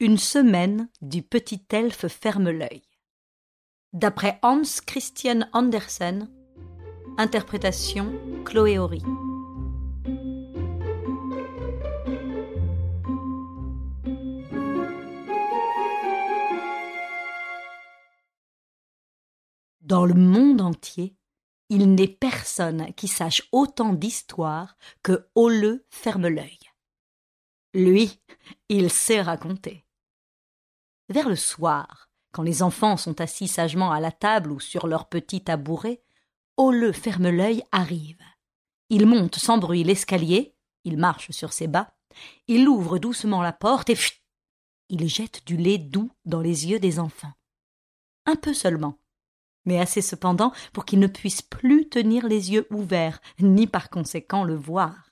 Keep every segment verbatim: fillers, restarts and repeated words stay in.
Une semaine du petit elfe ferme l'œil. D'après Hans Christian Andersen, interprétation Chloé Horry. Dans le monde entier, il n'est personne qui sache autant d'histoires que Ole ferme l'œil. Lui, il sait raconter. Vers le soir, quand les enfants sont assis sagement à la table ou sur leur petit tabouret, Ole ferme l'œil arrive. Il monte sans bruit l'escalier, il marche sur ses bas, il ouvre doucement la porte et pfft, il jette du lait doux dans les yeux des enfants. Un peu seulement, mais assez cependant pour qu'ils ne puissent plus tenir les yeux ouverts, ni par conséquent le voir.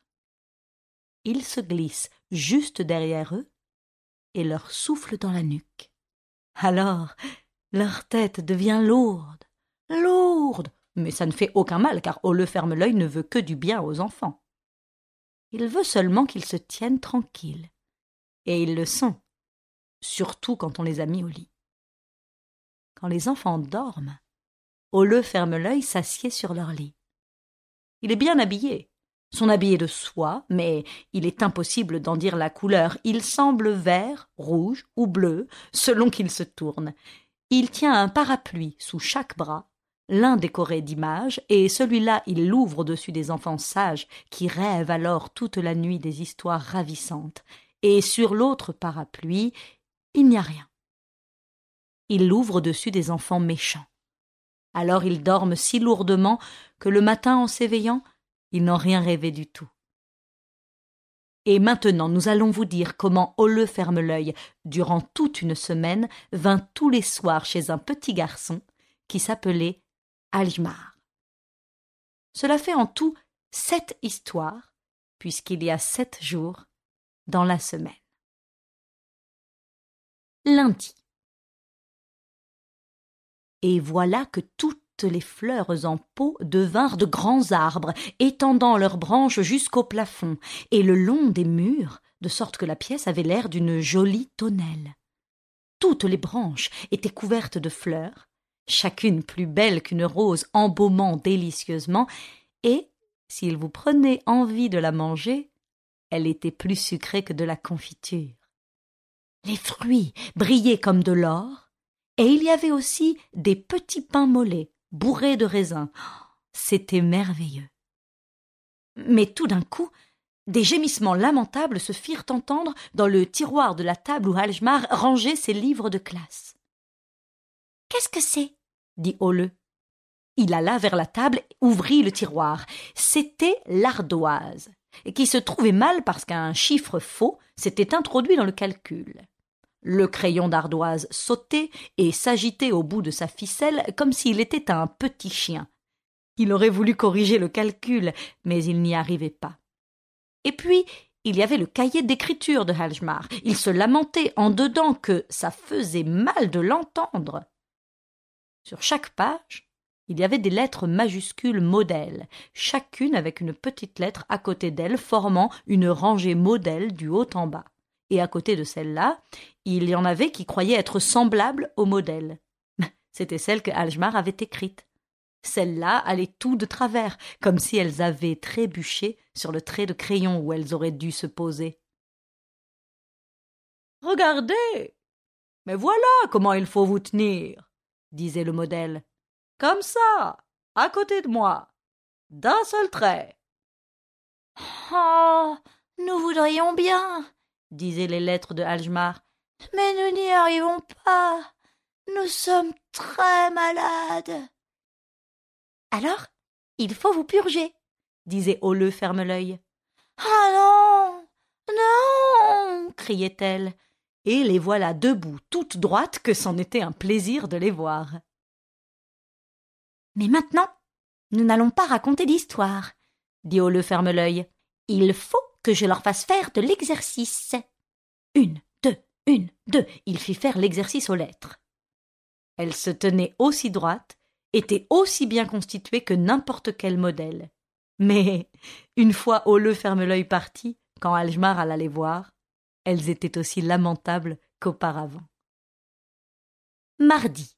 Il se glisse juste derrière eux et leur souffle dans la nuque. Alors, leur tête devient lourde, lourde, mais ça ne fait aucun mal car Ole ferme l'œil ne veut que du bien aux enfants. Il veut seulement qu'ils se tiennent tranquilles, et ils le sont, surtout quand on les a mis au lit. Quand les enfants dorment, Ole ferme l'œil s'assied sur leur lit. Il est bien habillé. Son habit est de soie, mais il est impossible d'en dire la couleur. Il semble vert, rouge ou bleu, selon qu'il se tourne. Il tient un parapluie sous chaque bras, l'un décoré d'images, et celui-là il l'ouvre au-dessus des enfants sages qui rêvent alors toute la nuit des histoires ravissantes. Et sur l'autre parapluie, il n'y a rien. Il l'ouvre au-dessus des enfants méchants. Alors ils dorment si lourdement que le matin, en s'éveillant, ils n'ont rien rêvé du tout. Et maintenant, nous allons vous dire comment Ole ferme l'œil, durant toute une semaine, vint tous les soirs chez un petit garçon qui s'appelait Hjalmar. Cela fait en tout sept histoires, puisqu'il y a sept jours dans la semaine. Lundi. Et voilà que toutes les fleurs en pot devinrent de grands arbres, étendant leurs branches jusqu'au plafond, et le long des murs, de sorte que la pièce avait l'air d'une jolie tonnelle. Toutes les branches étaient couvertes de fleurs, chacune plus belle qu'une rose embaumant délicieusement, et, s'il vous prenait envie de la manger, elle était plus sucrée que de la confiture. Les fruits brillaient comme de l'or, et il y avait aussi des petits pains mollets, bourrés de raisins. C'était merveilleux. Mais tout d'un coup, des gémissements lamentables se firent entendre dans le tiroir de la table où Hjalmar rangeait ses livres de classe. « Qu'est-ce que c'est » dit Ole. Il alla vers la table et ouvrit le tiroir. C'était l'ardoise, qui se trouvait mal parce qu'un chiffre faux s'était introduit dans le calcul. Le crayon d'ardoise sautait et s'agitait au bout de sa ficelle comme s'il était un petit chien. Il aurait voulu corriger le calcul, mais il n'y arrivait pas. Et puis, il y avait le cahier d'écriture de Hjalmar. Il se lamentait en dedans que ça faisait mal de l'entendre. Sur chaque page, il y avait des lettres majuscules modèles, chacune avec une petite lettre à côté d'elle, formant une rangée modèle du haut en bas. Et à côté de celle-là, il y en avait qui croyaient être semblables au modèle. C'était celle que Hjalmar avait écrite. Celles-là allaient tout de travers, comme si elles avaient trébuché sur le trait de crayon où elles auraient dû se poser. « Regardez, mais voilà comment il faut vous tenir, » disait le modèle. « Comme ça, à côté de moi, d'un seul trait. »« Oh, nous voudrions bien, » disaient les lettres de Hjalmar, « mais nous n'y arrivons pas. Nous sommes très malades. »« Alors, il faut vous purger, » disait Ole ferme l'œil. « Ah non, non » criait-elle, et les voilà debout, toutes droites, que c'en était un plaisir de les voir. « Mais maintenant, nous n'allons pas raconter d'histoire, » dit Ole ferme l'œil. « Il faut que je leur fasse faire de l'exercice. » Une, deux, une, deux, il fit faire l'exercice aux lettres. Elle se tenait aussi droite, était aussi bien constituée que n'importe quel modèle. Mais, une fois Ole ferme l'œil parti, quand Hjalmar alla les voir, elles étaient aussi lamentables qu'auparavant. Mardi.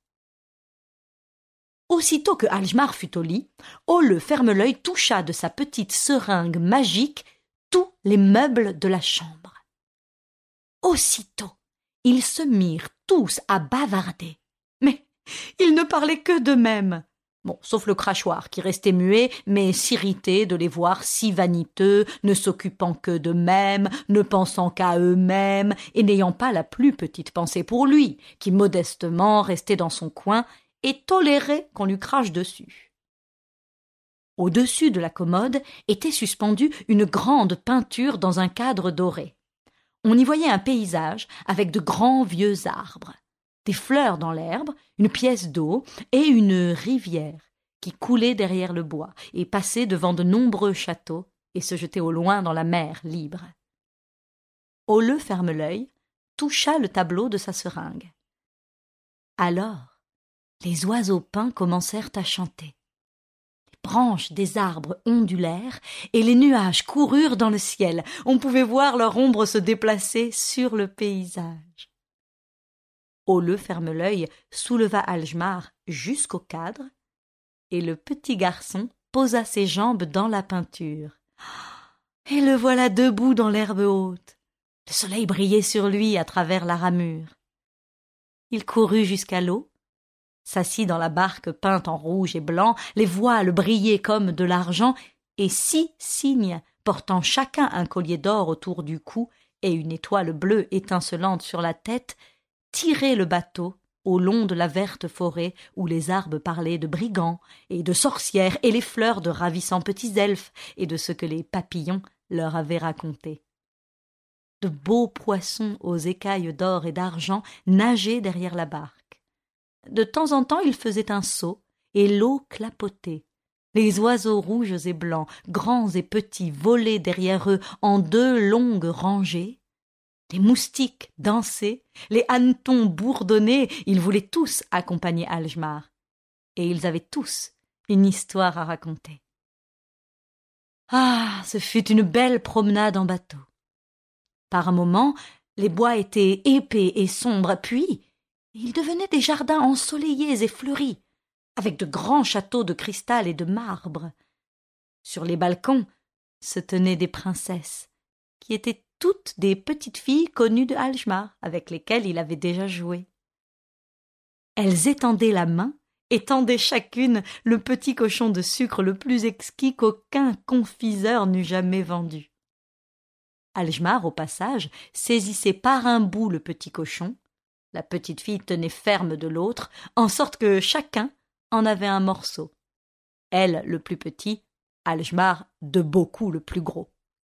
Aussitôt que Algemar fut au lit, Ole Ferme-l'œil toucha de sa petite seringue magique tous les meubles de la chambre. Aussitôt, ils se mirent tous à bavarder. Mais ils ne parlaient que d'eux-mêmes. Bon, sauf le crachoir, qui restait muet, mais s'irritait de les voir si vaniteux, ne s'occupant que d'eux-mêmes, ne pensant qu'à eux-mêmes, et n'ayant pas la plus petite pensée pour lui, qui modestement restait dans son coin et tolérait qu'on lui crache dessus. Au-dessus de la commode était suspendue une grande peinture dans un cadre doré. On y voyait un paysage avec de grands vieux arbres, des fleurs dans l'herbe, une pièce d'eau et une rivière qui coulait derrière le bois et passait devant de nombreux châteaux et se jetait au loin dans la mer libre. Ole Ferme-l'œil toucha le tableau de sa seringue. Alors, les oiseaux peints commencèrent à chanter. Les branches des arbres ondulèrent et les nuages coururent dans le ciel. On pouvait voir leur ombre se déplacer sur le paysage. Ole Ferme-l'œil souleva Algemar jusqu'au cadre et le petit garçon posa ses jambes dans la peinture. Et le voilà debout dans l'herbe haute. Le soleil brillait sur lui à travers la ramure. Il courut jusqu'à l'eau, s'assit dans la barque peinte en rouge et blanc, les voiles brillaient comme de l'argent, et six cygnes, portant chacun un collier d'or autour du cou et une étoile bleue étincelante sur la tête, tiraient le bateau au long de la verte forêt où les arbres parlaient de brigands et de sorcières et les fleurs de ravissants petits elfes et de ce que les papillons leur avaient raconté. De beaux poissons aux écailles d'or et d'argent nageaient derrière la barque. De temps en temps, ils faisaient un saut, et l'eau clapotait. Les oiseaux rouges et blancs, grands et petits, volaient derrière eux en deux longues rangées. Les moustiques dansaient, les hannetons bourdonnaient, ils voulaient tous accompagner Algemar. Et ils avaient tous une histoire à raconter. Ah, ce fut une belle promenade en bateau. Par moments, les bois étaient épais et sombres, puis ils devenaient des jardins ensoleillés et fleuris, avec de grands châteaux de cristal et de marbre. Sur les balcons se tenaient des princesses, qui étaient toutes des petites filles connues de Algemar, avec lesquelles il avait déjà joué. Elles étendaient la main et tendaient chacune le petit cochon de sucre le plus exquis qu'aucun confiseur n'eût jamais vendu. Algemar, au passage, saisissait par un bout le petit cochon. La petite fille tenait ferme de l'autre, en sorte que chacun en avait un morceau. Elle, le plus petit, Algemar, de beaucoup le plus gros.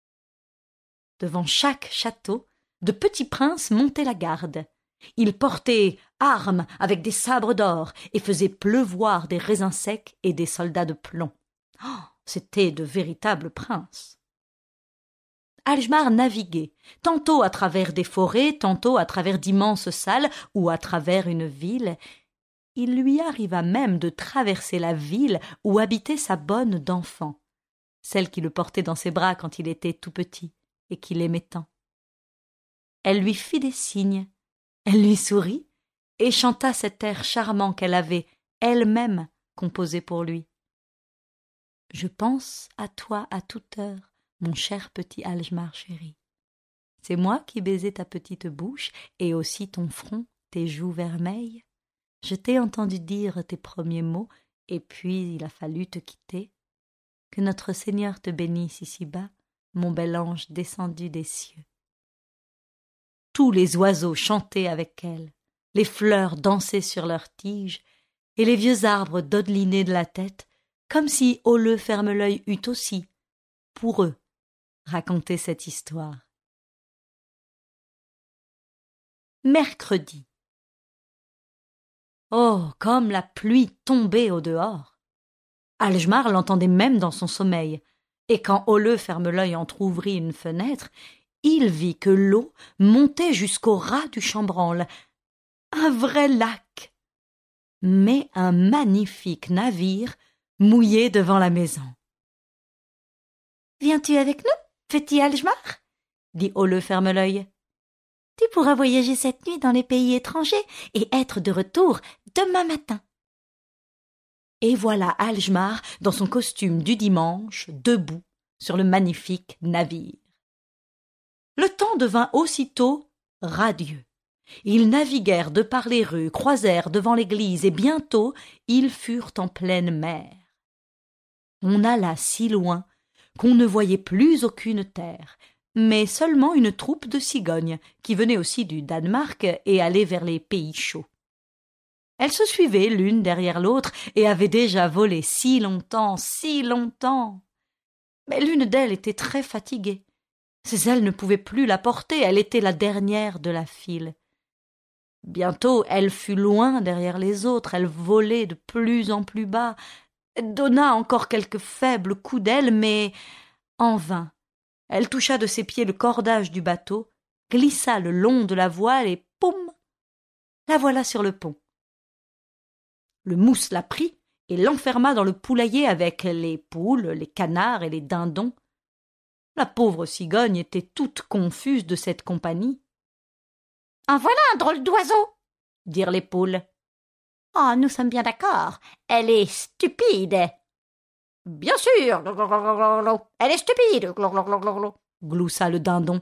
Devant chaque château, de petits princes montaient la garde. Ils portaient armes avec des sabres d'or et faisaient pleuvoir des raisins secs et des soldats de plomb. Oh, c'étaient de véritables princes. Algemar naviguait, tantôt à travers des forêts, tantôt à travers d'immenses salles ou à travers une ville. Il lui arriva même de traverser la ville où habitait sa bonne d'enfant, celle qui le portait dans ses bras quand il était tout petit et qu'il aimait tant. Elle lui fit des signes, elle lui sourit et chanta cet air charmant qu'elle avait elle-même composé pour lui. « Je pense à toi à toute heure, mon cher petit Algemar chéri. C'est moi qui baisais ta petite bouche et aussi ton front, tes joues vermeilles. Je t'ai entendu dire tes premiers mots, et puis il a fallu te quitter. Que notre Seigneur te bénisse ici-bas, mon bel ange descendu des cieux. » Tous les oiseaux chantaient avec elle, les fleurs dansaient sur leurs tiges, et les vieux arbres dodelinaient de la tête, comme si Ole Ferme-l'œil eût aussi, pour eux, raconté cette histoire. Mercredi. Oh, comme la pluie tombait au dehors! Algemar l'entendait même dans son sommeil, et quand Ole Ferme-l'œil entr'ouvrit une fenêtre, il vit que l'eau montait jusqu'au ras du chambranle. Un vrai lac, mais un magnifique navire mouillé devant la maison. « Viens-tu avec nous, petit Algemar ?» dit Ole Ferme-l'œil. Tu pourras voyager cette nuit dans les pays étrangers et être de retour demain matin. » Et voilà Algemar dans son costume du dimanche, debout sur le magnifique navire. Le temps devint aussitôt radieux. Ils naviguèrent de par les rues, croisèrent devant l'église, et bientôt ils furent en pleine mer. On alla si loin qu'on ne voyait plus aucune terre, mais seulement une troupe de cigognes qui venaient aussi du Danemark et allaient vers les pays chauds. Elles se suivaient l'une derrière l'autre et avaient déjà volé si longtemps, si longtemps. Mais l'une d'elles était très fatiguée. Ses ailes ne pouvaient plus la porter, elle était la dernière de la file. Bientôt elle fut loin derrière les autres, elle volait de plus en plus bas, donna encore quelques faibles coups d'aile, mais en vain. Elle toucha de ses pieds le cordage du bateau, glissa le long de la voile et poum, la voilà sur le pont. Le mousse la prit et l'enferma dans le poulailler avec les poules, les canards et les dindons. La pauvre cigogne était toute confuse de cette compagnie. « En voilà un drôle d'oiseau !» dirent les poules. « Oh, nous sommes bien d'accord, elle est stupide !»« Bien sûr, elle est stupide !» gloussa le dindon.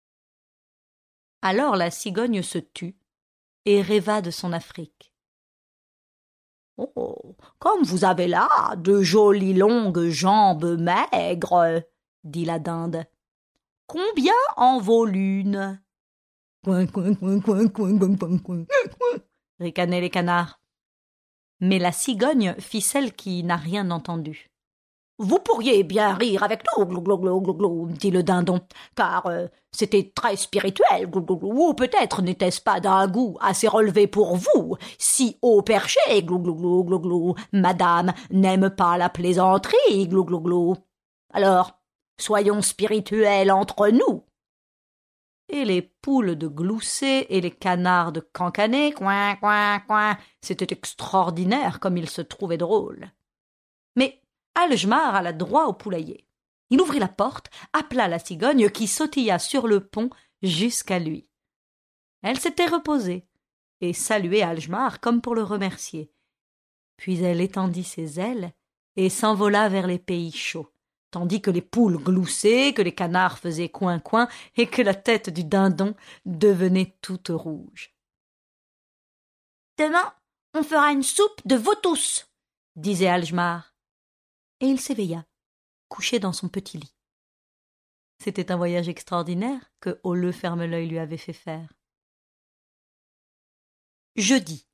Alors la cigogne se tut et rêva de son Afrique. « Oh, comme vous avez là de jolies longues jambes maigres !» dit la dinde. « Combien en vaut l'une ?» Coin, coin, coin, coin, coin, coin, coin, coin, coin, ricanaient les canards. Mais la cigogne fit celle qui n'a rien entendu. « Vous pourriez bien rire avec nous, glou, glou, glou, glou, glou, dit le dindon, car euh, c'était très spirituel, glou, glou, glou, ou peut-être n'était-ce pas d'un goût assez relevé pour vous, si haut perché, glou, glou, glou, glou, glou, madame n'aime pas la plaisanterie, glou, glou, glou. Alors, soyons spirituels entre nous. » Et les poules de glousser et les canards de cancaner, coin, coin, coin, c'était extraordinaire comme il se trouvait drôle. Mais Algemar alla droit au poulailler. Il ouvrit la porte, appela la cigogne qui sautilla sur le pont jusqu'à lui. Elle s'était reposée et saluait Algemar comme pour le remercier. Puis elle étendit ses ailes et s'envola vers les pays chauds, tandis que les poules gloussaient, que les canards faisaient coin-coin et que la tête du dindon devenait toute rouge. « Demain, on fera une soupe de vautousses, » disait Algemar. Et il s'éveilla, couché dans son petit lit. C'était un voyage extraordinaire que Holleux Ferme-l'œil lui avait fait faire. Jeudi.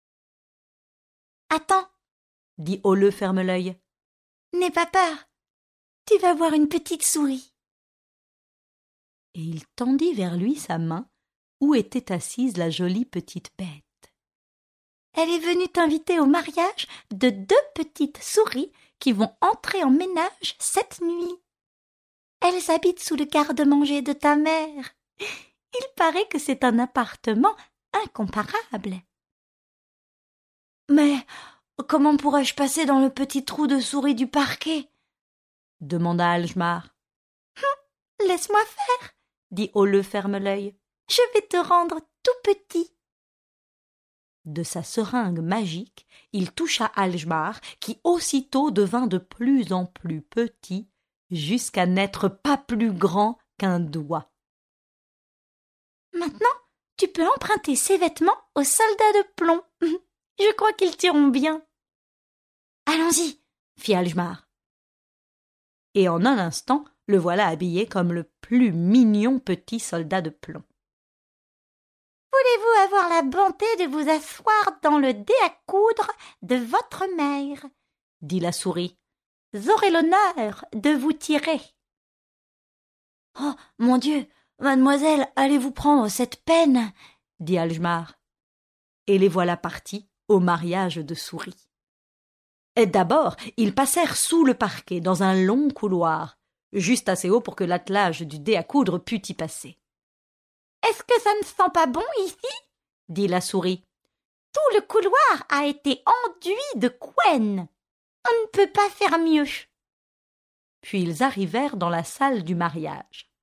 « Attends, » dit Holleux Ferme-l'œil. « N'aie pas peur. Tu vas voir une petite souris. » Et il tendit vers lui sa main où était assise la jolie petite bête. « Elle est venue t'inviter au mariage de deux petites souris qui vont entrer en ménage cette nuit. Elles habitent sous le garde-manger de ta mère. Il paraît que c'est un appartement incomparable. »« Mais comment pourrais-je passer dans le petit trou de souris du parquet ?» demanda Algemar. Hum, « Laisse-moi faire, » dit Holleux Ferme-l'œil. « Je vais te rendre tout petit. » De sa seringue magique, il toucha Algemar, qui aussitôt devint de plus en plus petit, jusqu'à n'être pas plus grand qu'un doigt. « Maintenant, tu peux emprunter ces vêtements aux soldats de plomb. Je crois qu'ils t'iront bien. »« Allons-y, » fit Algemar. Et en un instant, le voilà habillé comme le plus mignon petit soldat de plomb. « Voulez-vous avoir la bonté de vous asseoir dans le dé à coudre de votre mère ?» dit la souris. « J'aurai l'honneur de vous tirer. »« Oh, mon Dieu, mademoiselle, allez-vous prendre cette peine ?» dit Algemar. Et les voilà partis au mariage de souris. Et d'abord, ils passèrent sous le parquet, dans un long couloir, juste assez haut pour que l'attelage du dé à coudre pût y passer. « Est-ce que ça ne sent pas bon ici ?» dit la souris. « Tout le couloir a été enduit de couenne. On ne peut pas faire mieux. » Puis ils arrivèrent dans la salle du mariage.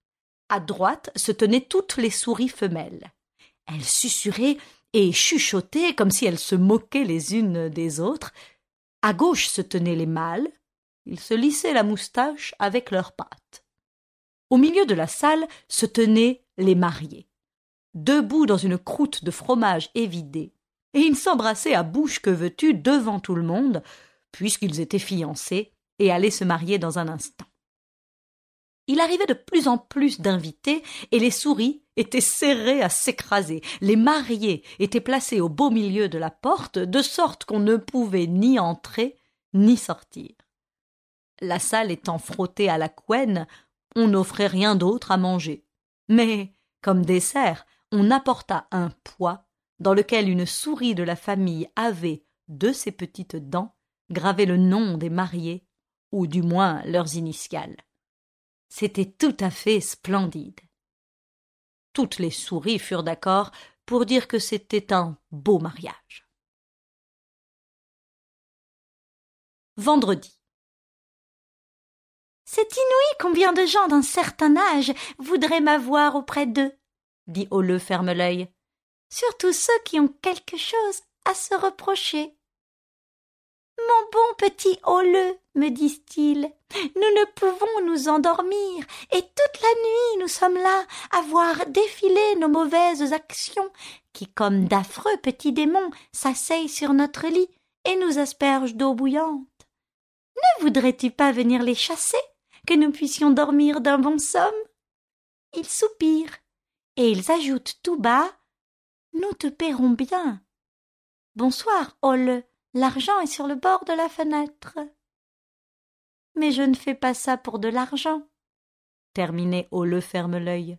À droite se tenaient toutes les souris femelles. Elles susurraient et chuchotaient comme si elles se moquaient les unes des autres. À gauche se tenaient les mâles. Ils se lissaient la moustache avec leurs pattes. Au milieu de la salle se tenaient les mariés, debout dans une croûte de fromage évidée, et ils s'embrassaient à bouche que veux-tu devant tout le monde, puisqu'ils étaient fiancés et allaient se marier dans un instant. Il arrivait de plus en plus d'invités, et les souris étaient serrées à s'écraser. Les mariés étaient placés au beau milieu de la porte, de sorte qu'on ne pouvait ni entrer ni sortir. La salle étant frottée à la couenne, on n'offrait rien d'autre à manger. Mais, comme dessert, on apporta un pois dans lequel une souris de la famille avait, de ses petites dents, gravé le nom des mariés, ou du moins leurs initiales. C'était tout à fait splendide. Toutes les souris furent d'accord pour dire que c'était un beau mariage. Vendredi. C'est inouï combien de gens d'un certain âge voudraient m'avoir auprès d'eux, dit Ole Ferme-l'œil. Surtout ceux qui ont quelque chose à se reprocher. Mon bon petit Ole, me disent-ils, nous ne pouvons nous endormir, et toute la nuit nous sommes là à voir défiler nos mauvaises actions, qui, comme d'affreux petits démons, s'asseyent sur notre lit et nous aspergent d'eau bouillante. Ne voudrais-tu pas venir les chasser, que nous puissions dormir d'un bon somme? Ils soupirent, et ils ajoutent tout bas, nous te paierons bien. Bonsoir, Ole. L'argent est sur le bord de la fenêtre. Mais je ne fais pas ça pour de l'argent, terminait Ole Ferme-l'œil.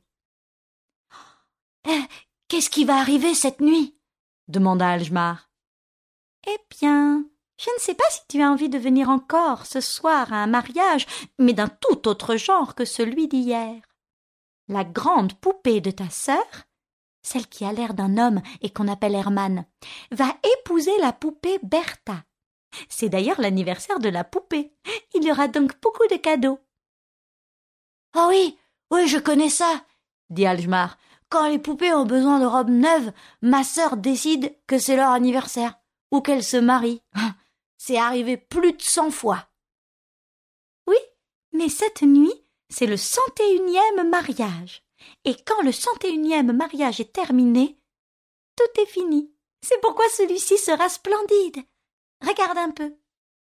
Eh, qu'est-ce qui va arriver cette nuit? Demanda Algemar. Eh bien, je ne sais pas si tu as envie de venir encore ce soir à un mariage, mais d'un tout autre genre que celui d'hier. La grande poupée de ta sœur, celle qui a l'air d'un homme et qu'on appelle Hermann, va épouser la poupée Bertha. C'est d'ailleurs l'anniversaire de la poupée. Il y aura donc beaucoup de cadeaux. « Oh oui, oui, je connais ça, » dit Algemar. « Quand les poupées ont besoin de robes neuves, ma sœur décide que c'est leur anniversaire, ou qu'elles se marient. C'est arrivé plus de cent fois. » Oui, mais cette nuit, c'est le cent et unième mariage. Et quand le cent et unième mariage est terminé, tout est fini. C'est pourquoi celui-ci sera splendide. Regarde un peu.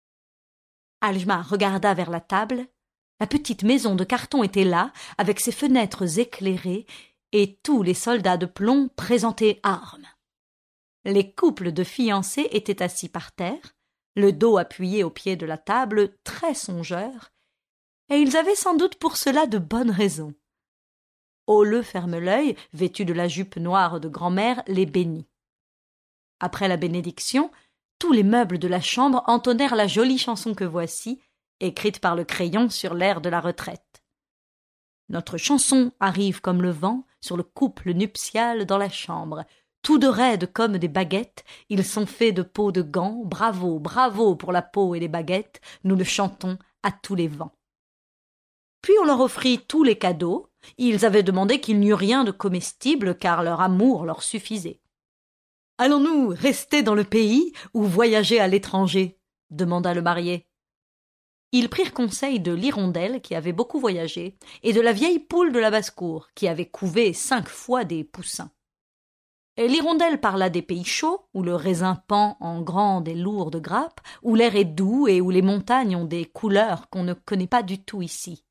Algemar regarda vers la table. La petite maison de carton était là, avec ses fenêtres éclairées, et tous les soldats de plomb présentaient armes. Les couples de fiancés étaient assis par terre, le dos appuyé au pied de la table, très songeurs, et ils avaient sans doute pour cela de bonnes raisons. Ole Ferme-l'œil, vêtu de la jupe noire de grand-mère, les bénit. Après la bénédiction, tous les meubles de la chambre entonnèrent la jolie chanson que voici, écrite par le crayon sur l'air de la retraite. Notre chanson arrive comme le vent sur le couple nuptial dans la chambre. Tous de raides comme des baguettes, ils sont faits de peau de gants. Bravo, bravo pour la peau et les baguettes, nous le chantons à tous les vents. Puis on leur offrit tous les cadeaux. Ils avaient demandé qu'il n'y eût rien de comestible, car leur amour leur suffisait. « Allons-nous rester dans le pays ou voyager à l'étranger ?» demanda le marié. Ils prirent conseil de l'hirondelle, qui avait beaucoup voyagé, et de la vieille poule de la basse-cour, qui avait couvé cinq fois des poussins. Et l'hirondelle parla des pays chauds, où le raisin pend en grandes et lourdes grappes, où l'air est doux et où les montagnes ont des couleurs qu'on ne connaît pas du tout ici.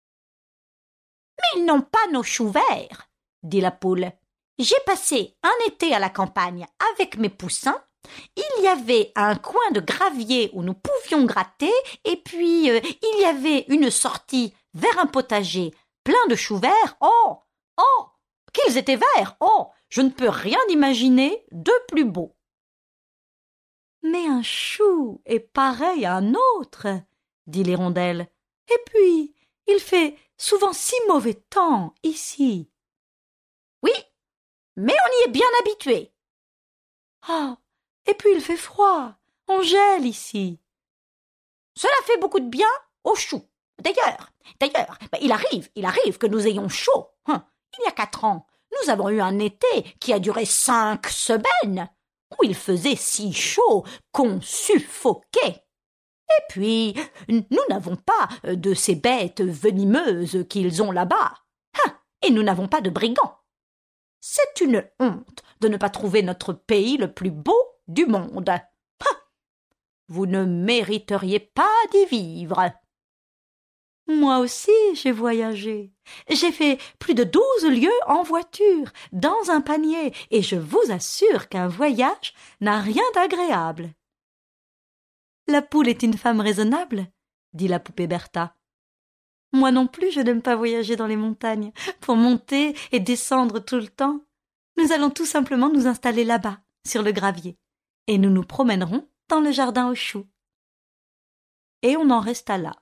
« Mais ils n'ont pas nos choux verts, » dit la poule. « J'ai passé un été à la campagne avec mes poussins. Il y avait un coin de gravier où nous pouvions gratter, et puis euh, il y avait une sortie vers un potager plein de choux verts. Oh, oh, qu'ils étaient verts! Oh, je ne peux rien imaginer de plus beau. » « Mais un chou est pareil à un autre, » dit l'hirondelle. « Et puis, il fait souvent si mauvais temps ici. »« Oui, mais on y est bien habitué. »« Ah, et puis il fait froid, on gèle ici. »« Cela fait beaucoup de bien aux choux, d'ailleurs, d'ailleurs, bah, il arrive, il arrive que nous ayons chaud. Hein, il y a quatre ans, nous avons eu un été qui a duré cinq semaines, où il faisait si chaud qu'on suffoquait. Et puis, nous n'avons pas de ces bêtes venimeuses qu'ils ont là-bas. Hein, et nous n'avons pas de brigands. C'est une honte de ne pas trouver notre pays le plus beau du monde. Hein, vous ne mériteriez pas d'y vivre. Moi aussi, j'ai voyagé. J'ai fait plus de douze lieues en voiture, dans un panier, et je vous assure qu'un voyage n'a rien d'agréable. La poule est une femme raisonnable, dit la poupée Bertha. Moi non plus, je n'aime pas voyager dans les montagnes, pour monter et descendre tout le temps. Nous allons tout simplement nous installer là-bas, sur le gravier, et nous nous promènerons dans le jardin aux choux. Et on en resta là.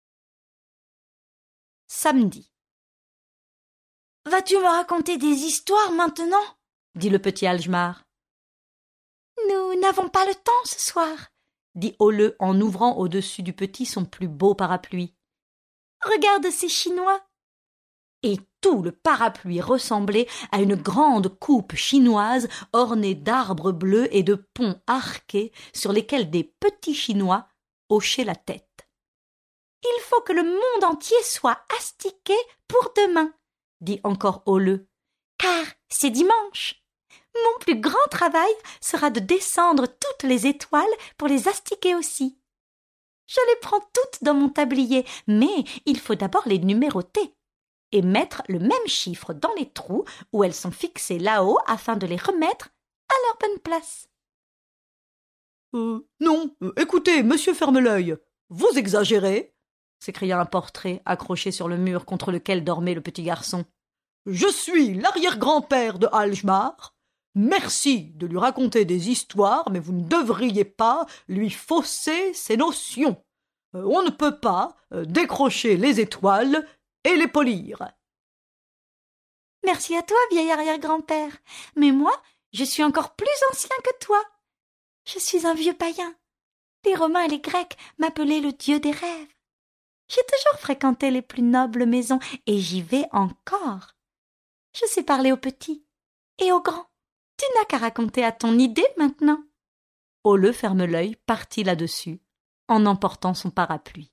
Samedi. Vas-tu me raconter des histoires maintenant? Dit le petit Algemar. Nous n'avons pas le temps ce soir, dit Ole en ouvrant au-dessus du petit son plus beau parapluie. Regarde ces Chinois. Et tout le parapluie ressemblait à une grande coupe chinoise ornée d'arbres bleus et de ponts arqués sur lesquels des petits Chinois hochaient la tête. Il faut que le monde entier soit astiqué pour demain, dit encore Ole, car c'est dimanche. Mon plus grand travail sera de descendre toutes les étoiles pour les astiquer aussi. Je les prends toutes dans mon tablier, mais il faut d'abord les numéroter et mettre le même chiffre dans les trous où elles sont fixées là-haut afin de les remettre à leur bonne place. Euh, non, euh, écoutez, monsieur Ferme-l'œil, vous exagérez, s'écria un portrait accroché sur le mur contre lequel dormait le petit garçon. Je suis l'arrière-grand-père de Algemar. Merci de lui raconter des histoires, mais vous ne devriez pas lui fausser ses notions. Euh, on ne peut pas euh, décrocher les étoiles et les polir. Merci à toi, vieil arrière-grand-père. Mais moi, je suis encore plus ancien que toi. Je suis un vieux païen. Les Romains et les Grecs m'appelaient le dieu des rêves. J'ai toujours fréquenté les plus nobles maisons et j'y vais encore. Je sais parler aux petits et aux grands. Tu n'as qu'à raconter à ton idée maintenant. Ole Ferme-l'œil partit là-dessus, en emportant son parapluie.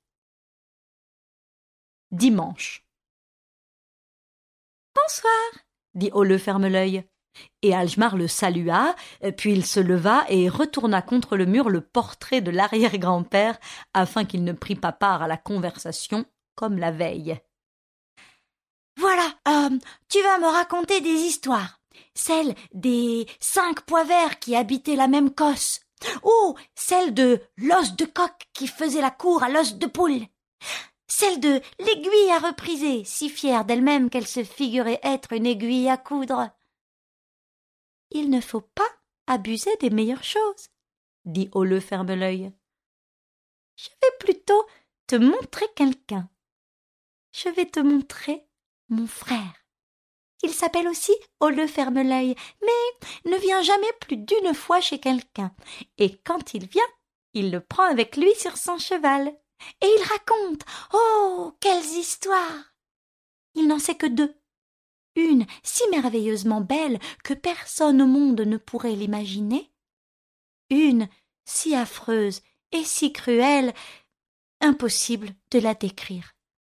Dimanche. Bonsoir, dit Ole Ferme-l'œil. Et Algemar le salua, puis il se leva et retourna contre le mur le portrait de l'arrière-grand-père afin qu'il ne prît pas part à la conversation comme la veille. Voilà, euh, tu vas me raconter des histoires. Celle des cinq pois verts qui habitaient la même cosse. Ou celle de l'os de coq qui faisait la cour à l'os de poule. Celle de l'aiguille à repriser, si fière d'elle-même qu'elle se figurait être une aiguille à coudre. Il ne faut pas abuser des meilleures choses, dit Ole Ferme-l'œil. Je vais plutôt te montrer quelqu'un. Je vais te montrer mon frère. Il s'appelle aussi Ole Ferme-l'œil, mais ne vient jamais plus d'une fois chez quelqu'un. Et quand il vient, il le prend avec lui sur son cheval. Et il raconte, oh, quelles histoires! Il n'en sait que deux. Une si merveilleusement belle que personne au monde ne pourrait l'imaginer. Une si affreuse et si cruelle, impossible de la décrire.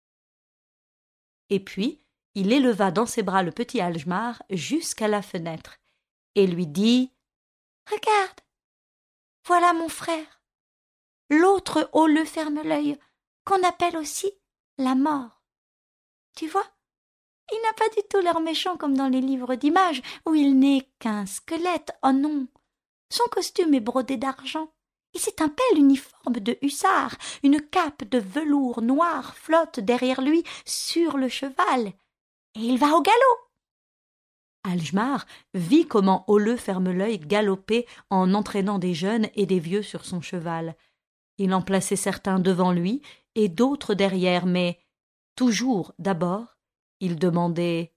Et puis, il éleva dans ses bras le petit Algemar jusqu'à la fenêtre et lui dit « Regarde, voilà mon frère, l'autre Ole Ferme-l'œil, qu'on appelle aussi la mort. Tu vois, il n'a pas du tout l'air méchant comme dans les livres d'images où il n'est qu'un squelette, oh non. Son costume est brodé d'argent et c'est un bel uniforme de hussard, une cape de velours noir flotte derrière lui sur le cheval. Et il va au galop. » Algemar vit comment Ole Ferme-l'œil galopait en entraînant des jeunes et des vieux sur son cheval. Il en plaçait certains devant lui et d'autres derrière, mais toujours d'abord, il demandait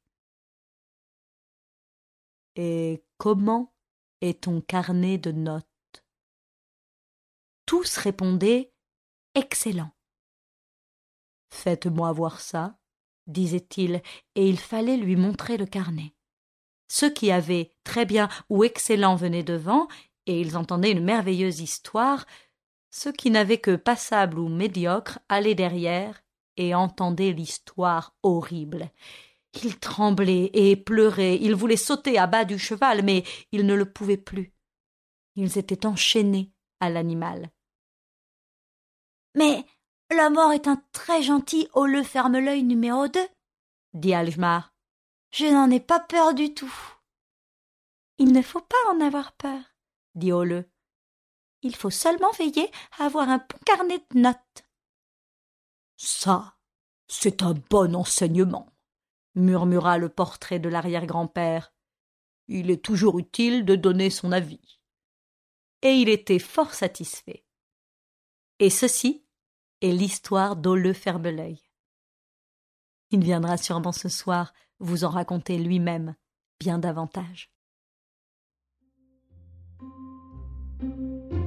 « Et comment est ton carnet de notes ?» Tous répondaient « Excellent ». « Faites-moi voir ça », disait-il, et il fallait lui montrer le carnet. Ceux qui avaient très bien ou excellent venaient devant, et ils entendaient une merveilleuse histoire. Ceux qui n'avaient que passable ou médiocre allaient derrière et entendaient l'histoire horrible. Ils tremblaient et pleuraient, ils voulaient sauter à bas du cheval, mais ils ne le pouvaient plus. Ils étaient enchaînés à l'animal. « Mais la mort est un très gentil Ole Ferme-l'œil numéro deux, dit Algemar. Je n'en ai pas peur du tout. Il ne faut pas en avoir peur, dit Ole. Il faut seulement veiller à avoir un bon carnet de notes. Ça, c'est un bon enseignement, murmura le portrait de l'arrière-grand-père. Il est toujours utile de donner son avis. Et il était fort satisfait. Et ceci est l'histoire d'Ole Ferme-l'œil. Il viendra sûrement ce soir vous en raconter lui-même bien davantage.